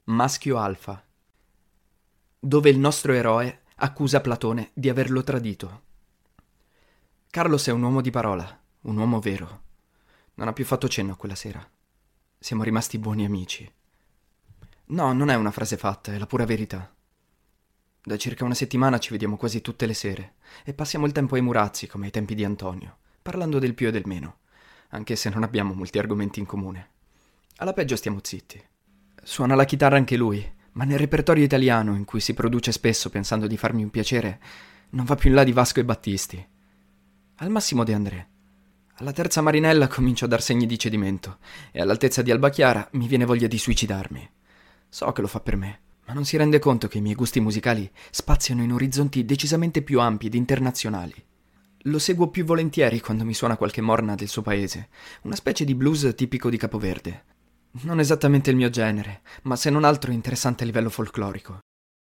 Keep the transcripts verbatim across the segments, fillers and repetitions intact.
Maschio alfa, dove il nostro eroe accusa Platone di averlo tradito. Carlos è un uomo di parola, un uomo vero. Non ha più fatto cenno a quella sera. Siamo rimasti buoni amici. No, non è una frase fatta, è la pura verità. Da circa una settimana ci vediamo quasi tutte le sere e passiamo il tempo ai murazzi come ai tempi di Antonio, parlando del più e del meno, anche se non abbiamo molti argomenti in comune. Alla peggio stiamo zitti. Suona la chitarra anche lui, ma nel repertorio italiano, in cui si produce spesso pensando di farmi un piacere, non va più in là di Vasco e Battisti. Al massimo De André. Alla terza marinella comincio a dar segni di cedimento e all'altezza di Alba Chiara mi viene voglia di suicidarmi. So che lo fa per me, ma non si rende conto che i miei gusti musicali spaziano in orizzonti decisamente più ampi ed internazionali. Lo seguo più volentieri quando mi suona qualche morna del suo paese, una specie di blues tipico di Capoverde. Non esattamente il mio genere, ma se non altro interessante a livello folclorico.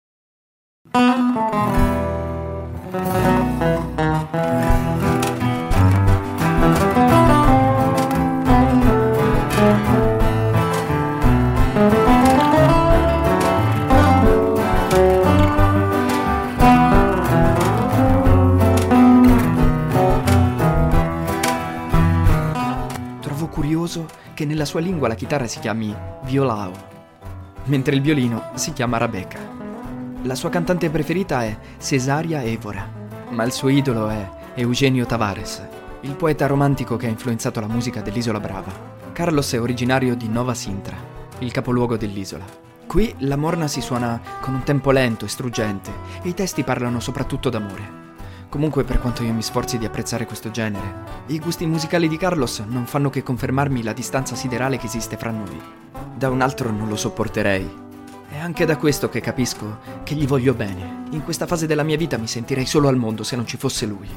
Trovo curioso che nella sua lingua la chitarra si chiami violao, mentre il violino si chiama Rabecca. La sua cantante preferita è Cesaria Évora, ma il suo idolo è Eugenio Tavares, il poeta romantico che ha influenzato la musica dell'Isola Brava. Carlos è originario di Nova Sintra, il capoluogo dell'isola. Qui la morna si suona con un tempo lento e struggente e i testi parlano soprattutto d'amore. Comunque, per quanto io mi sforzi di apprezzare questo genere, i gusti musicali di Carlos non fanno che confermarmi la distanza siderale che esiste fra noi. Da un altro non lo sopporterei. È anche da questo che capisco che gli voglio bene. In questa fase della mia vita mi sentirei solo al mondo se non ci fosse lui.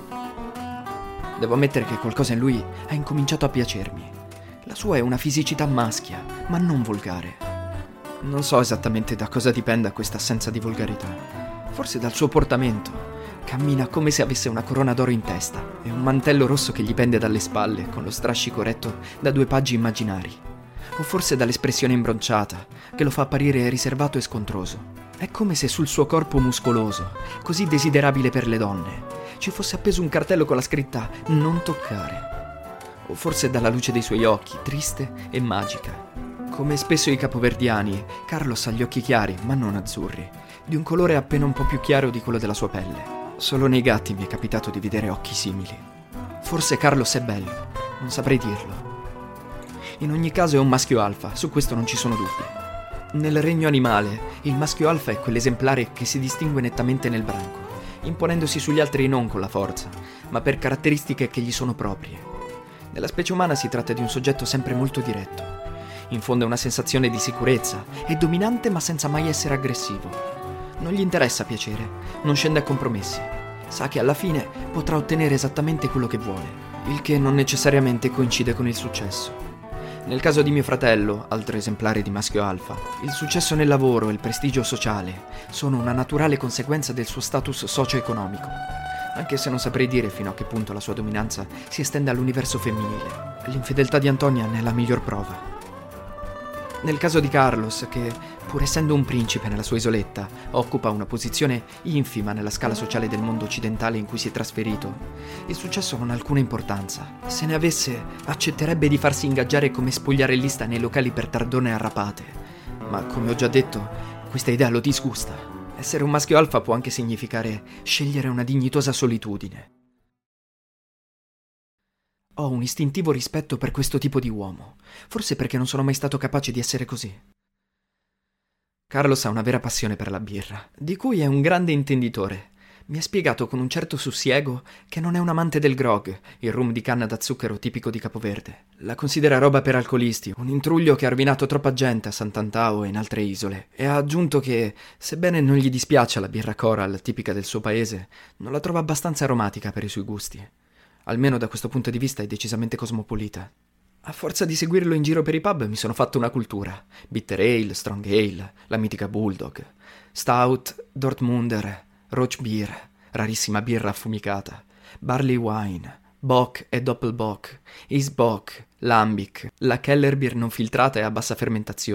Devo ammettere che qualcosa in lui ha incominciato a piacermi. La sua è una fisicità maschia, ma non volgare. Non so esattamente da cosa dipenda questa assenza di volgarità. Forse dal suo portamento. Cammina come se avesse una corona d'oro in testa e un mantello rosso che gli pende dalle spalle con lo strascico retto da due paggi immaginari. O forse dall'espressione imbronciata che lo fa apparire riservato e scontroso. È come se sul suo corpo muscoloso, così desiderabile per le donne, ci fosse appeso un cartello con la scritta «Non toccare». O forse dalla luce dei suoi occhi, triste e magica. Come spesso i capoverdiani, Carlos ha gli occhi chiari, ma non azzurri, di un colore appena un po' più chiaro di quello della sua pelle. Solo nei gatti mi è capitato di vedere occhi simili. Forse Carlos è bello, non saprei dirlo. In ogni caso è un maschio alfa, su questo non ci sono dubbi. Nel regno animale, il maschio alfa è quell'esemplare che si distingue nettamente nel branco, imponendosi sugli altri non con la forza, ma per caratteristiche che gli sono proprie. Nella specie umana si tratta di un soggetto sempre molto diretto. Infonde una sensazione di sicurezza, è dominante ma senza mai essere aggressivo. Non gli interessa piacere, non scende a compromessi. Sa che alla fine potrà ottenere esattamente quello che vuole, il che non necessariamente coincide con il successo. Nel caso di mio fratello, altro esemplare di maschio alfa, il successo nel lavoro e il prestigio sociale sono una naturale conseguenza del suo status socio-economico, anche se non saprei dire fino a che punto la sua dominanza si estende all'universo femminile. L'infedeltà di Antonia ne è la miglior prova. Nel caso di Carlos, che, pur essendo un principe nella sua isoletta, occupa una posizione infima nella scala sociale del mondo occidentale in cui si è trasferito, il successo non ha alcuna importanza. Se ne avesse, accetterebbe di farsi ingaggiare come spogliarellista nei locali per tardone arrapate. Ma, come ho già detto, questa idea lo disgusta. Essere un maschio alfa può anche significare scegliere una dignitosa solitudine. Ho un istintivo rispetto per questo tipo di uomo, forse perché non sono mai stato capace di essere così. Carlos ha una vera passione per la birra, di cui è un grande intenditore. Mi ha spiegato con un certo sussiego che non è un amante del grog, il rum di canna da zucchero tipico di Capoverde. La considera roba per alcolisti, un intruglio che ha rovinato troppa gente a Sant'Antao e in altre isole, e ha aggiunto che, sebbene non gli dispiaccia la birra Coral tipica del suo paese, non la trova abbastanza aromatica per i suoi gusti. Almeno da questo punto di vista è decisamente cosmopolita. A forza di seguirlo in giro per i pub mi sono fatto una cultura. Bitter Ale, Strong Ale, la mitica Bulldog, Stout, Dortmunder, Roach Beer, rarissima birra affumicata, Barley Wine, Bock e Doppelbock, Isbock, Lambic, la Keller Beer non filtrata e a bassa fermentazione,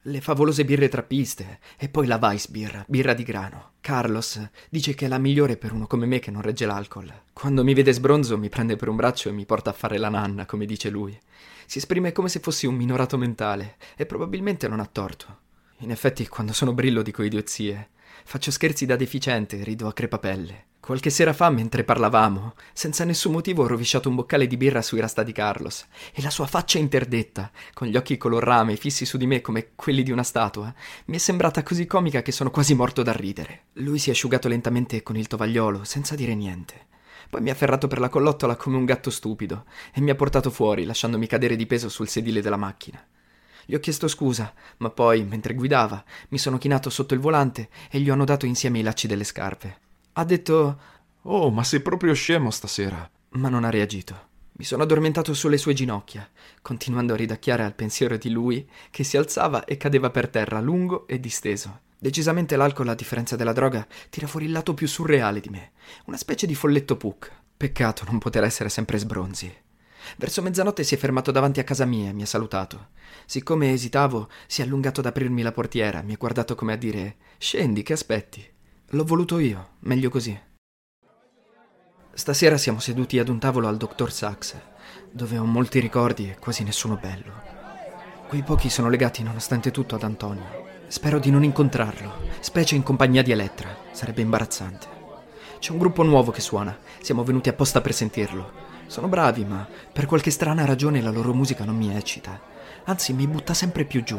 Le favolose birre trappiste e poi la Weissbier, birra di grano. Carlos dice che è la migliore per uno come me che non regge l'alcol. Quando mi vede sbronzo mi prende per un braccio e mi porta a fare la nanna, come dice lui. Si esprime come se fossi un minorato mentale e probabilmente non ha torto. In effetti, quando sono brillo dico idiozie. Faccio scherzi da deficiente e rido a crepapelle. Qualche sera fa, mentre parlavamo, senza nessun motivo ho rovesciato un boccale di birra sui rasta di Carlos e la sua faccia interdetta, con gli occhi color rame fissi su di me come quelli di una statua, mi è sembrata così comica che sono quasi morto da ridere. Lui si è asciugato lentamente con il tovagliolo, senza dire niente. Poi mi ha afferrato per la collottola come un gatto stupido e mi ha portato fuori, lasciandomi cadere di peso sul sedile della macchina. Gli ho chiesto scusa, ma poi, mentre guidava, mi sono chinato sotto il volante e gli ho annodato insieme i lacci delle scarpe. Ha detto: «Oh, ma sei proprio scemo stasera!» Ma non ha reagito. Mi sono addormentato sulle sue ginocchia, continuando a ridacchiare al pensiero di lui che si alzava e cadeva per terra, lungo e disteso. Decisamente l'alcol, a differenza della droga, tira fuori il lato più surreale di me, una specie di folletto Puck. Peccato non poter essere sempre sbronzi. Verso mezzanotte si è fermato davanti a casa mia e mi ha salutato. Siccome esitavo, si è allungato ad aprirmi la portiera, mi ha guardato come a dire: «Scendi, che aspetti?» L'ho voluto io, meglio così. Stasera siamo seduti ad un tavolo al dottor Sachs, dove ho molti ricordi e quasi nessuno bello. Quei pochi sono legati nonostante tutto ad Antonio. Spero di non incontrarlo, specie in compagnia di Elettra, sarebbe imbarazzante. C'è un gruppo nuovo che suona, siamo venuti apposta per sentirlo. Sono bravi, ma per qualche strana ragione la loro musica non mi eccita, anzi mi butta sempre più giù.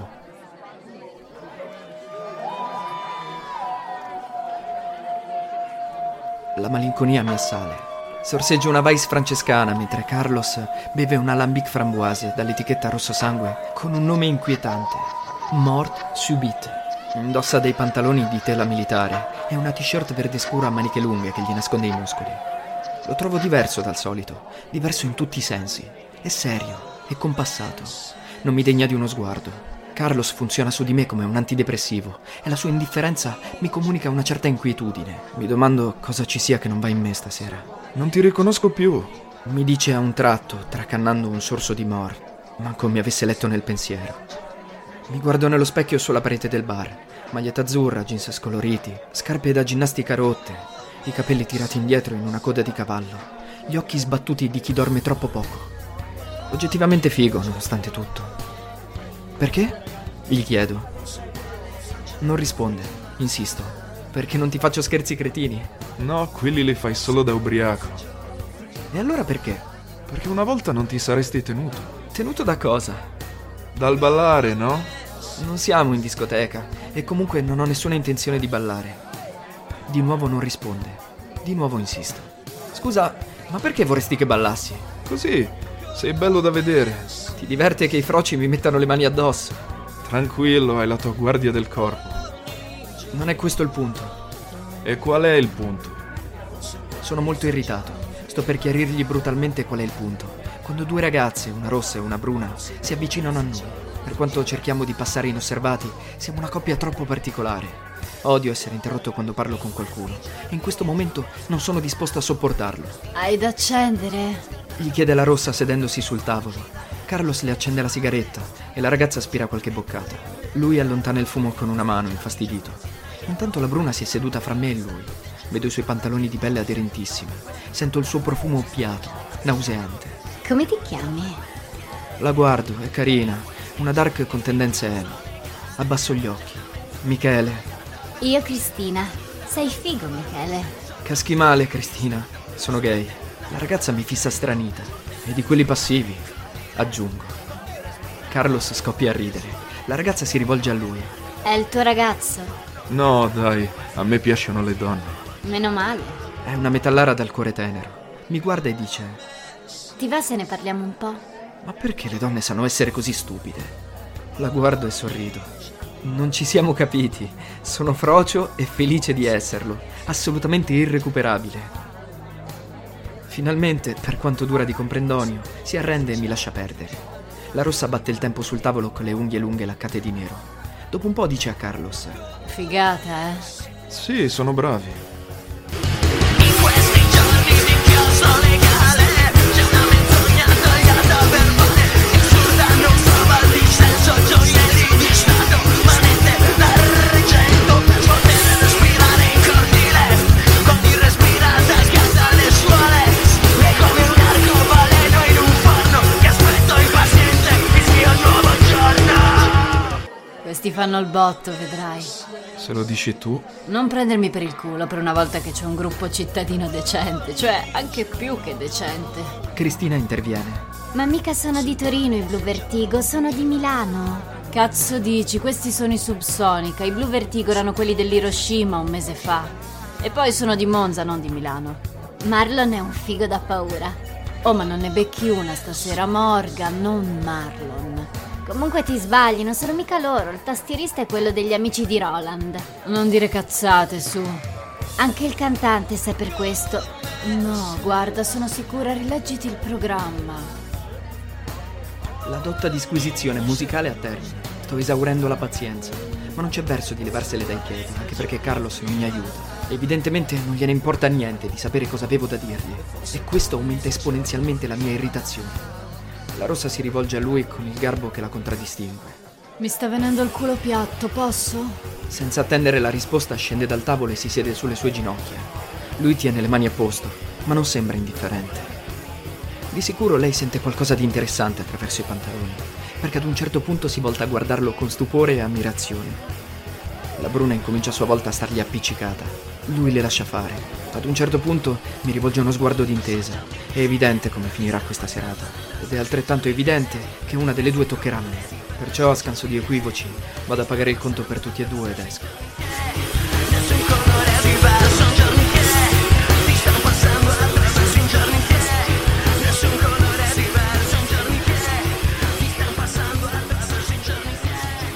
La malinconia mi assale. Sorseggio una Weiss francescana mentre Carlos beve un alambic framboise dall'etichetta rosso sangue con un nome inquietante: Mort Subite. Indossa dei pantaloni di tela militare e una t-shirt verde scura a maniche lunghe che gli nasconde i muscoli. Lo trovo diverso dal solito, diverso in tutti i sensi. È serio, è compassato, non mi degna di uno sguardo. Carlos funziona su di me come un antidepressivo e la sua indifferenza mi comunica una certa inquietudine. Mi domando cosa ci sia che non va in me stasera. «Non ti riconosco più», mi dice a un tratto, tracannando un sorso di Mort, manco mi avesse letto nel pensiero. Mi guardo nello specchio sulla parete del bar, maglietta azzurra, jeans scoloriti, scarpe da ginnastica rotte, i capelli tirati indietro in una coda di cavallo, gli occhi sbattuti di chi dorme troppo poco. Oggettivamente figo, nonostante tutto. «Perché?» gli chiedo. Non risponde, insisto. «Perché non ti faccio scherzi cretini?» «No, quelli li fai solo da ubriaco». «E allora perché?» «Perché una volta non ti saresti tenuto». «Tenuto da cosa?» «Dal ballare, no?» «Non siamo in discoteca e comunque non ho nessuna intenzione di ballare». Di nuovo non risponde. Di nuovo insisto. «Scusa, ma perché vorresti che ballassi?» «Così, sei bello da vedere». «Ti diverte che i froci mi mettano le mani addosso?» «Tranquillo, hai la tua guardia del corpo». «Non è questo il punto». «E qual è il punto?» Sono molto irritato. Sto per chiarirgli brutalmente qual è il punto. Quando due ragazze, una rossa e una bruna, si avvicinano a noi. Per quanto cerchiamo di passare inosservati, siamo una coppia troppo particolare. Odio essere interrotto quando parlo con qualcuno e in questo momento non sono disposto a sopportarlo. «Hai da accendere?» gli chiede la rossa sedendosi sul tavolo. Carlos le accende la sigaretta e la ragazza aspira qualche boccata. Lui allontana il fumo con una mano, infastidito. Intanto la bruna si è seduta fra me e lui. Vedo i suoi pantaloni di pelle aderentissimi. Sento il suo profumo oppiato, nauseante. «Come ti chiami?» La guardo, è carina, una dark con tendenze emo. Abbasso gli occhi. «Michele». «Io Cristina. Sei figo, Michele». «Caschi male, Cristina. Sono gay». La ragazza mi fissa stranita. «E di quelli passivi», aggiungo. Carlos scoppia a ridere. La ragazza si rivolge a lui. «È il tuo ragazzo?» «No, dai, a me piacciono le donne». «Meno male». È una metallara dal cuore tenero. Mi guarda e dice: «Ti va se ne parliamo un po'?» «Ma perché le donne sanno essere così stupide?» La guardo e sorrido. Non ci siamo capiti. Sono frocio e felice di esserlo. Assolutamente irrecuperabile. Finalmente, per quanto dura di comprendonio, si arrende e mi lascia perdere. La rossa batte il tempo sul tavolo con le unghie lunghe laccate di nero. Dopo un po' dice a Carlos: «Figata, eh?» «Sì, sono bravi». In questi giorni di inchiostro legale c'è una menzogna tagliata per male. Il Sudan non trova il dissenso, gioielli di Stato. fanno il botto, vedrai. Se lo dici tu. Non prendermi per il culo per una volta che c'è un gruppo cittadino decente, cioè anche più che decente. Cristina interviene. Ma mica sono di Torino i Blue Vertigo, sono di Milano. Cazzo dici, questi sono i Subsonica, i Blue Vertigo erano quelli dell'Hiroshima un mese fa. E poi sono di Monza, non di Milano. Marlon è un figo da paura. Oh, ma non ne becchi una stasera, Morgan, non Marlon. Comunque ti sbagli, non sono mica loro, il tastierista è quello degli amici di Roland. Non dire cazzate, su. Anche il cantante sa per questo. No, guarda, sono sicura, rileggiti il programma. La dotta disquisizione musicale a termine. Sto esaurendo la pazienza, ma non c'è verso di levarsele dai piedi, anche perché Carlos non mi aiuta. Evidentemente non gliene importa niente di sapere cosa avevo da dirgli, e questo aumenta esponenzialmente la mia irritazione. La rossa si rivolge a lui con il garbo che la contraddistingue. Mi sta venendo il culo piatto, posso? Senza attendere la risposta scende dal tavolo e si siede sulle sue ginocchia. Lui tiene le mani a posto, ma non sembra indifferente. Di sicuro lei sente qualcosa di interessante attraverso i pantaloni, perché ad un certo punto si volta a guardarlo con stupore e ammirazione. La bruna incomincia a sua volta a stargli appiccicata. Lui le lascia fare. Ad un certo punto mi rivolge uno sguardo d'intesa. È evidente come finirà questa serata, ed è altrettanto evidente che una delle due toccherà a me. Perciò, a scanso di equivoci, vado a pagare il conto per tutti e due ed esco. Nessun colore è diverso, un giorno che ti stanno passando attraverso, un giorno che nessun colore è diverso, un giorno che ti stanno passando attraverso, un giorno che.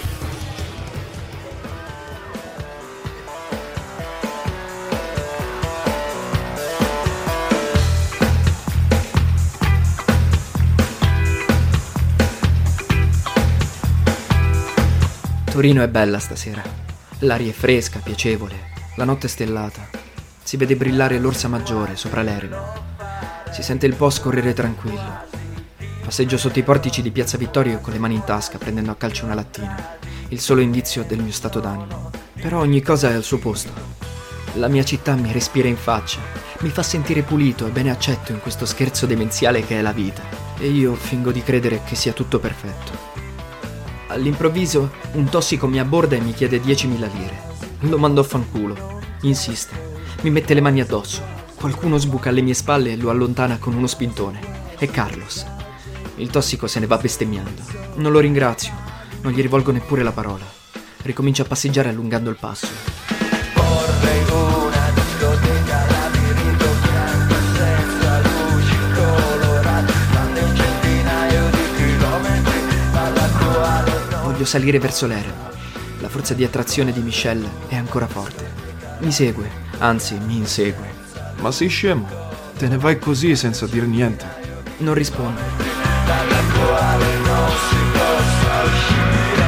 Torino è bella stasera. L'aria è fresca, piacevole. La notte è stellata. Si vede brillare l'Orsa Maggiore sopra l'Eremo. Si sente il Po scorrere tranquillo. Passeggio sotto i portici di Piazza Vittorio con le mani in tasca, prendendo a calci una lattina. Il solo indizio del mio stato d'animo. Però ogni cosa è al suo posto. La mia città mi respira in faccia. Mi fa sentire pulito e bene accetto in questo scherzo demenziale che è la vita. E io fingo di credere che sia tutto perfetto. All'improvviso un tossico mi abborda e mi chiede diecimila lire. Lo mando a fanculo. Insiste. Mi mette le mani addosso. Qualcuno sbuca alle mie spalle e lo allontana con uno spintone. È Carlos. Il tossico se ne va bestemmiando. Non lo ringrazio. Non gli rivolgo neppure la parola. Ricomincio a passeggiare allungando il passo. Vorrei una discoteca, labirinto bianco senza luci colorate, fanno un centinaio di chilometri dall'attuale. Voglio salire verso l'Eremo. La forza di attrazione di Michelle è ancora forte. Mi segue, anzi mi insegue. Ma sei scemo? Te ne vai così senza dir niente. Non risponde. Dall'attuale non si possa uscire.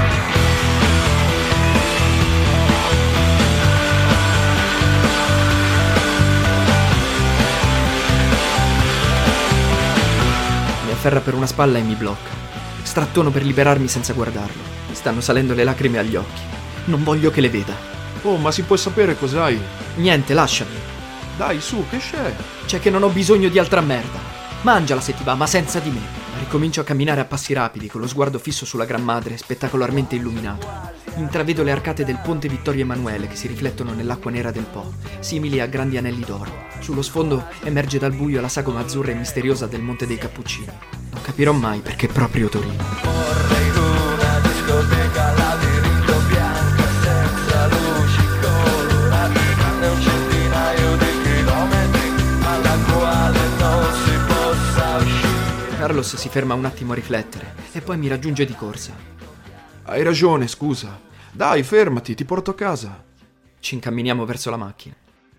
Mi afferra per una spalla e mi blocca. Strattono per liberarmi senza guardarlo. Mi stanno salendo le lacrime agli occhi. Non voglio che le veda. Oh, ma si può sapere cos'hai? Niente, lasciami. Dai, su, che c'è? C'è che non ho bisogno di altra merda. Mangiala se ti va, ma senza di me. Ricomincio a camminare a passi rapidi, con lo sguardo fisso sulla Gran Madre, spettacolarmente illuminato. Intravedo le arcate del ponte Vittorio Emanuele che si riflettono nell'acqua nera del Po, simili a grandi anelli d'oro. Sullo sfondo emerge dal buio la sagoma azzurra e misteriosa del Monte dei Cappuccini. Non capirò mai perché proprio Torino. Vorrei una discoteca, labirinto bianco senza luci colorate, fanno un centinaio di chilometri alla quale non si possa uscire. Carlos si ferma un attimo a riflettere e poi mi raggiunge di corsa. Hai ragione, scusa. Dai, fermati, ti porto a casa. Ci incamminiamo verso la macchina.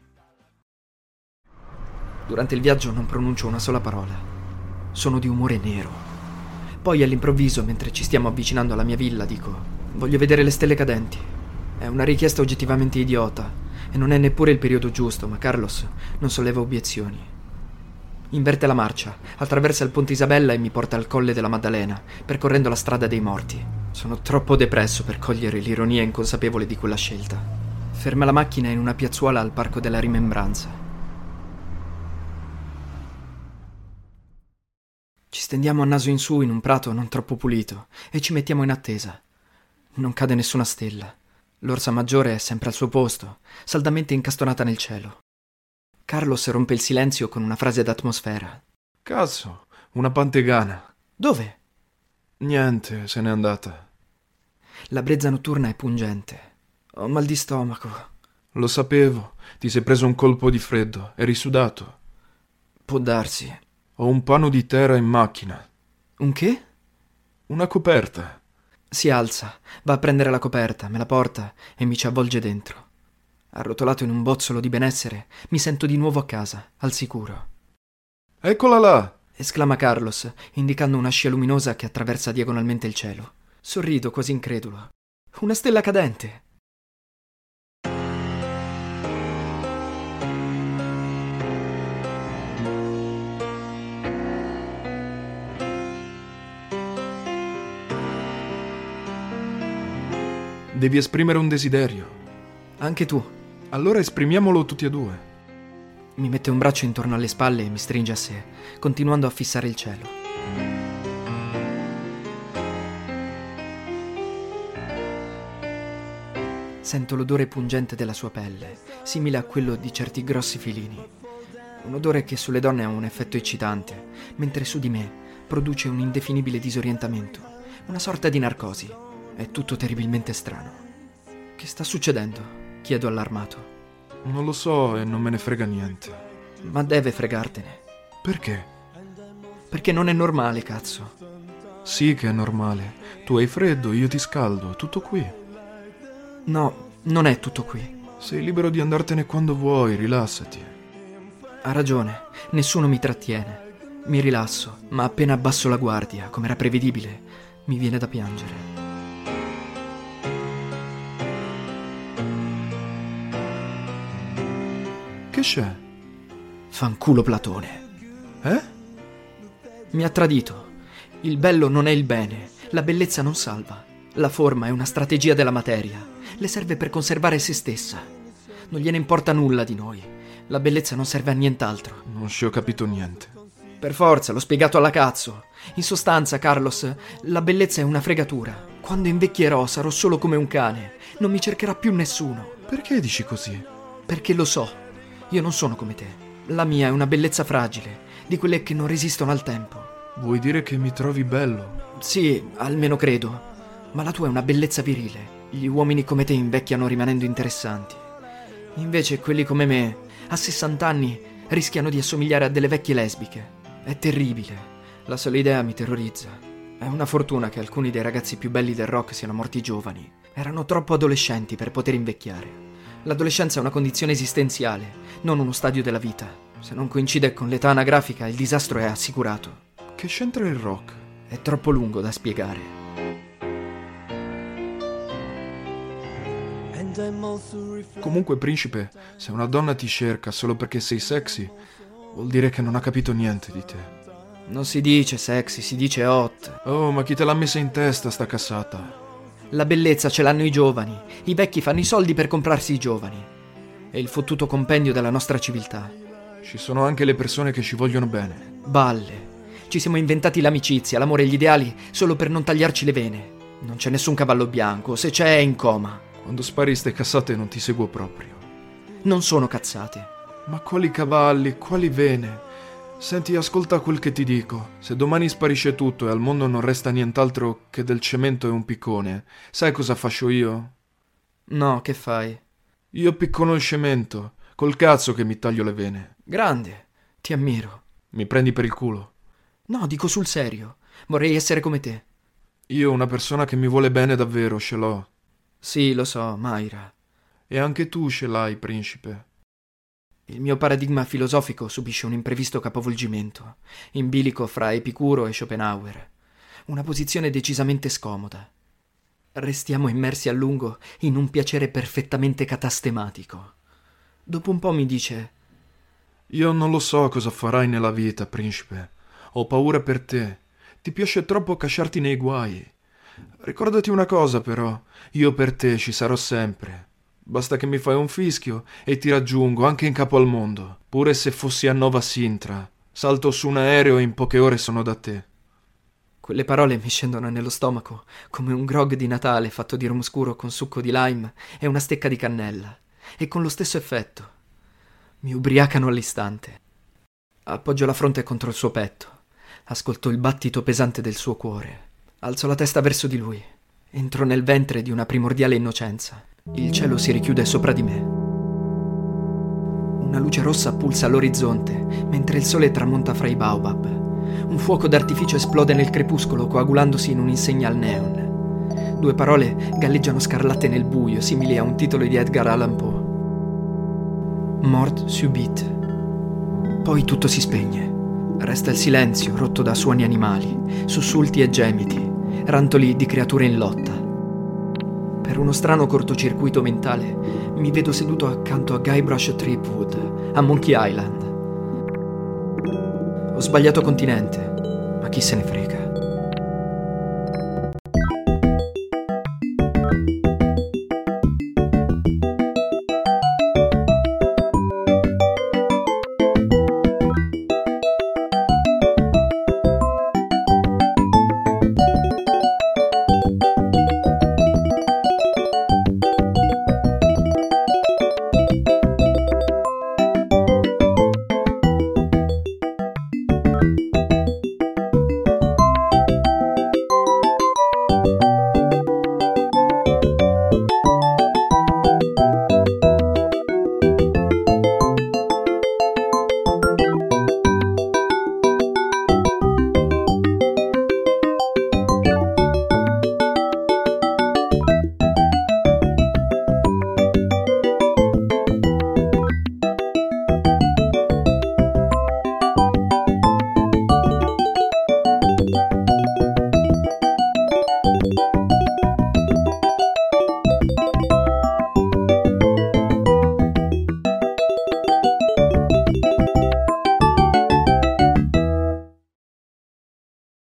Durante il viaggio non pronuncio una sola parola. Sono di umore nero. Poi all'improvviso, mentre ci stiamo avvicinando alla mia villa, dico: voglio vedere le stelle cadenti. È una richiesta oggettivamente idiota e non è neppure il periodo giusto, ma Carlos non solleva obiezioni. Inverte la marcia, attraversa il ponte Isabella e mi porta al Colle della Maddalena, percorrendo la strada dei morti. Sono troppo depresso per cogliere l'ironia inconsapevole di quella scelta. Ferma la macchina in una piazzuola al Parco della Rimembranza. Ci stendiamo a naso in su in un prato non troppo pulito e ci mettiamo in attesa. Non cade nessuna stella. L'orsa maggiore è sempre al suo posto, saldamente incastonata nel cielo. Carlos rompe il silenzio con una frase d'atmosfera. Cazzo, una pantegana. Dove? Niente, se n'è andata. La brezza notturna è pungente. Ho mal di stomaco. Lo sapevo, ti sei preso un colpo di freddo, eri sudato. Può darsi. Ho un pano di terra in macchina. Un che? Una coperta. Si alza, va a prendere la coperta, me la porta e mi ci avvolge dentro. Arrotolato in un bozzolo di benessere, mi sento di nuovo a casa, al sicuro. Eccola là! Esclama Carlos, indicando una scia luminosa che attraversa diagonalmente il cielo. Sorrido quasi incredulo. Una stella cadente! Devi esprimere un desiderio. Anche tu. Allora esprimiamolo tutti e due. Mi mette un braccio intorno alle spalle e mi stringe a sé, continuando a fissare il cielo. Sento l'odore pungente della sua pelle, simile a quello di certi grossi filini. Un odore che sulle donne ha un effetto eccitante, mentre su di me produce un indefinibile disorientamento, una sorta di narcosi. È tutto terribilmente strano. Che sta succedendo? Chiedo allarmato. Non lo so e non me ne frega niente. Ma deve fregartene. Perché? Perché non è normale, cazzo. Sì che è normale. Tu hai freddo, io ti scaldo, tutto qui. No, non è tutto qui. Sei libero di andartene quando vuoi, rilassati. Ha ragione, nessuno mi trattiene. Mi rilasso, ma appena abbasso la guardia, come era prevedibile, mi viene da piangere. Che c'è? Fanculo Platone. Eh? Mi ha tradito. Il bello non è il bene, la bellezza non salva. La forma è una strategia della materia. Le serve per conservare se stessa. Non gliene importa nulla di noi. La bellezza non serve a nient'altro. Non ci ho capito niente. Per forza, l'ho spiegato alla cazzo. In sostanza, Carlos, la bellezza è una fregatura. Quando invecchierò sarò solo come un cane. Non mi cercherà più nessuno. Perché dici così? Perché lo so. Io non sono come te. La mia è una bellezza fragile, di quelle che non resistono al tempo. Vuoi dire che mi trovi bello? Sì, almeno credo. Ma la tua è una bellezza virile. Gli uomini come te invecchiano rimanendo interessanti. Invece quelli come me, a sessanta anni, rischiano di assomigliare a delle vecchie lesbiche. È terribile. La sola idea mi terrorizza. È una fortuna che alcuni dei ragazzi più belli del rock siano morti giovani. Erano troppo adolescenti per poter invecchiare. L'adolescenza è una condizione esistenziale, non uno stadio della vita. Se non coincide con l'età anagrafica, il disastro è assicurato. Che c'entra il rock? È troppo lungo da spiegare. Comunque, principe, se una donna ti cerca solo perché sei sexy, vuol dire che non ha capito niente di te. Non si dice sexy, si dice hot. Oh, ma chi te l'ha messa in testa sta cassata? La bellezza ce l'hanno i giovani. I vecchi fanno i soldi per comprarsi i giovani. È il fottuto compendio della nostra civiltà. Ci sono anche le persone che ci vogliono bene. Balle. Ci siamo inventati l'amicizia, l'amore e gli ideali solo per non tagliarci le vene. Non c'è nessun cavallo bianco, se c'è è in coma. Quando spari ste cazzate non ti seguo proprio. Non sono cazzate. Ma quali cavalli, quali vene? Senti, ascolta quel che ti dico. Se domani sparisce tutto e al mondo non resta nient'altro che del cemento e un piccone, sai cosa faccio io? No, che fai? Io piccono il cemento, col cazzo che mi taglio le vene. Grande, ti ammiro. Mi prendi per il culo? No, dico sul serio. Vorrei essere come te. Io una persona che mi vuole bene davvero ce l'ho. Sì, lo so, Mayra. E anche tu ce l'hai, principe. Il mio paradigma filosofico subisce un imprevisto capovolgimento, in bilico fra Epicuro e Schopenhauer. Una posizione decisamente scomoda. Restiamo immersi a lungo in un piacere perfettamente catastematico. Dopo un po' mi dice: io non lo so cosa farai nella vita, principe. Ho paura per te. Ti piace troppo casciarti nei guai. Ricordati una cosa, però. Io per te ci sarò sempre. Basta che mi fai un fischio e ti raggiungo anche in capo al mondo. Pure se fossi a Nova Sintra. Salto su un aereo e in poche ore sono da te. Quelle parole mi scendono nello stomaco come un grog di Natale fatto di rum scuro con succo di lime e una stecca di cannella, e con lo stesso effetto. Mi ubriacano all'istante. Appoggio la fronte contro il suo petto. Ascolto il battito pesante del suo cuore. Alzo la testa verso di lui. Entro nel ventre di una primordiale innocenza. Il cielo si richiude sopra di me. Una luce rossa pulsa all'orizzonte, mentre il sole tramonta fra i baobab. Un fuoco d'artificio esplode nel crepuscolo, coagulandosi in un'insegna al neon. Due parole galleggiano scarlatte nel buio, simili a un titolo di Edgar Allan Poe. Mort subite. Poi tutto si spegne. Resta il silenzio, rotto da suoni animali, sussulti e gemiti, rantoli di creature in lotta. Per uno strano cortocircuito mentale, mi vedo seduto accanto a Guybrush Threepwood, a Monkey Island. Ho sbagliato continente, ma chi se ne frega.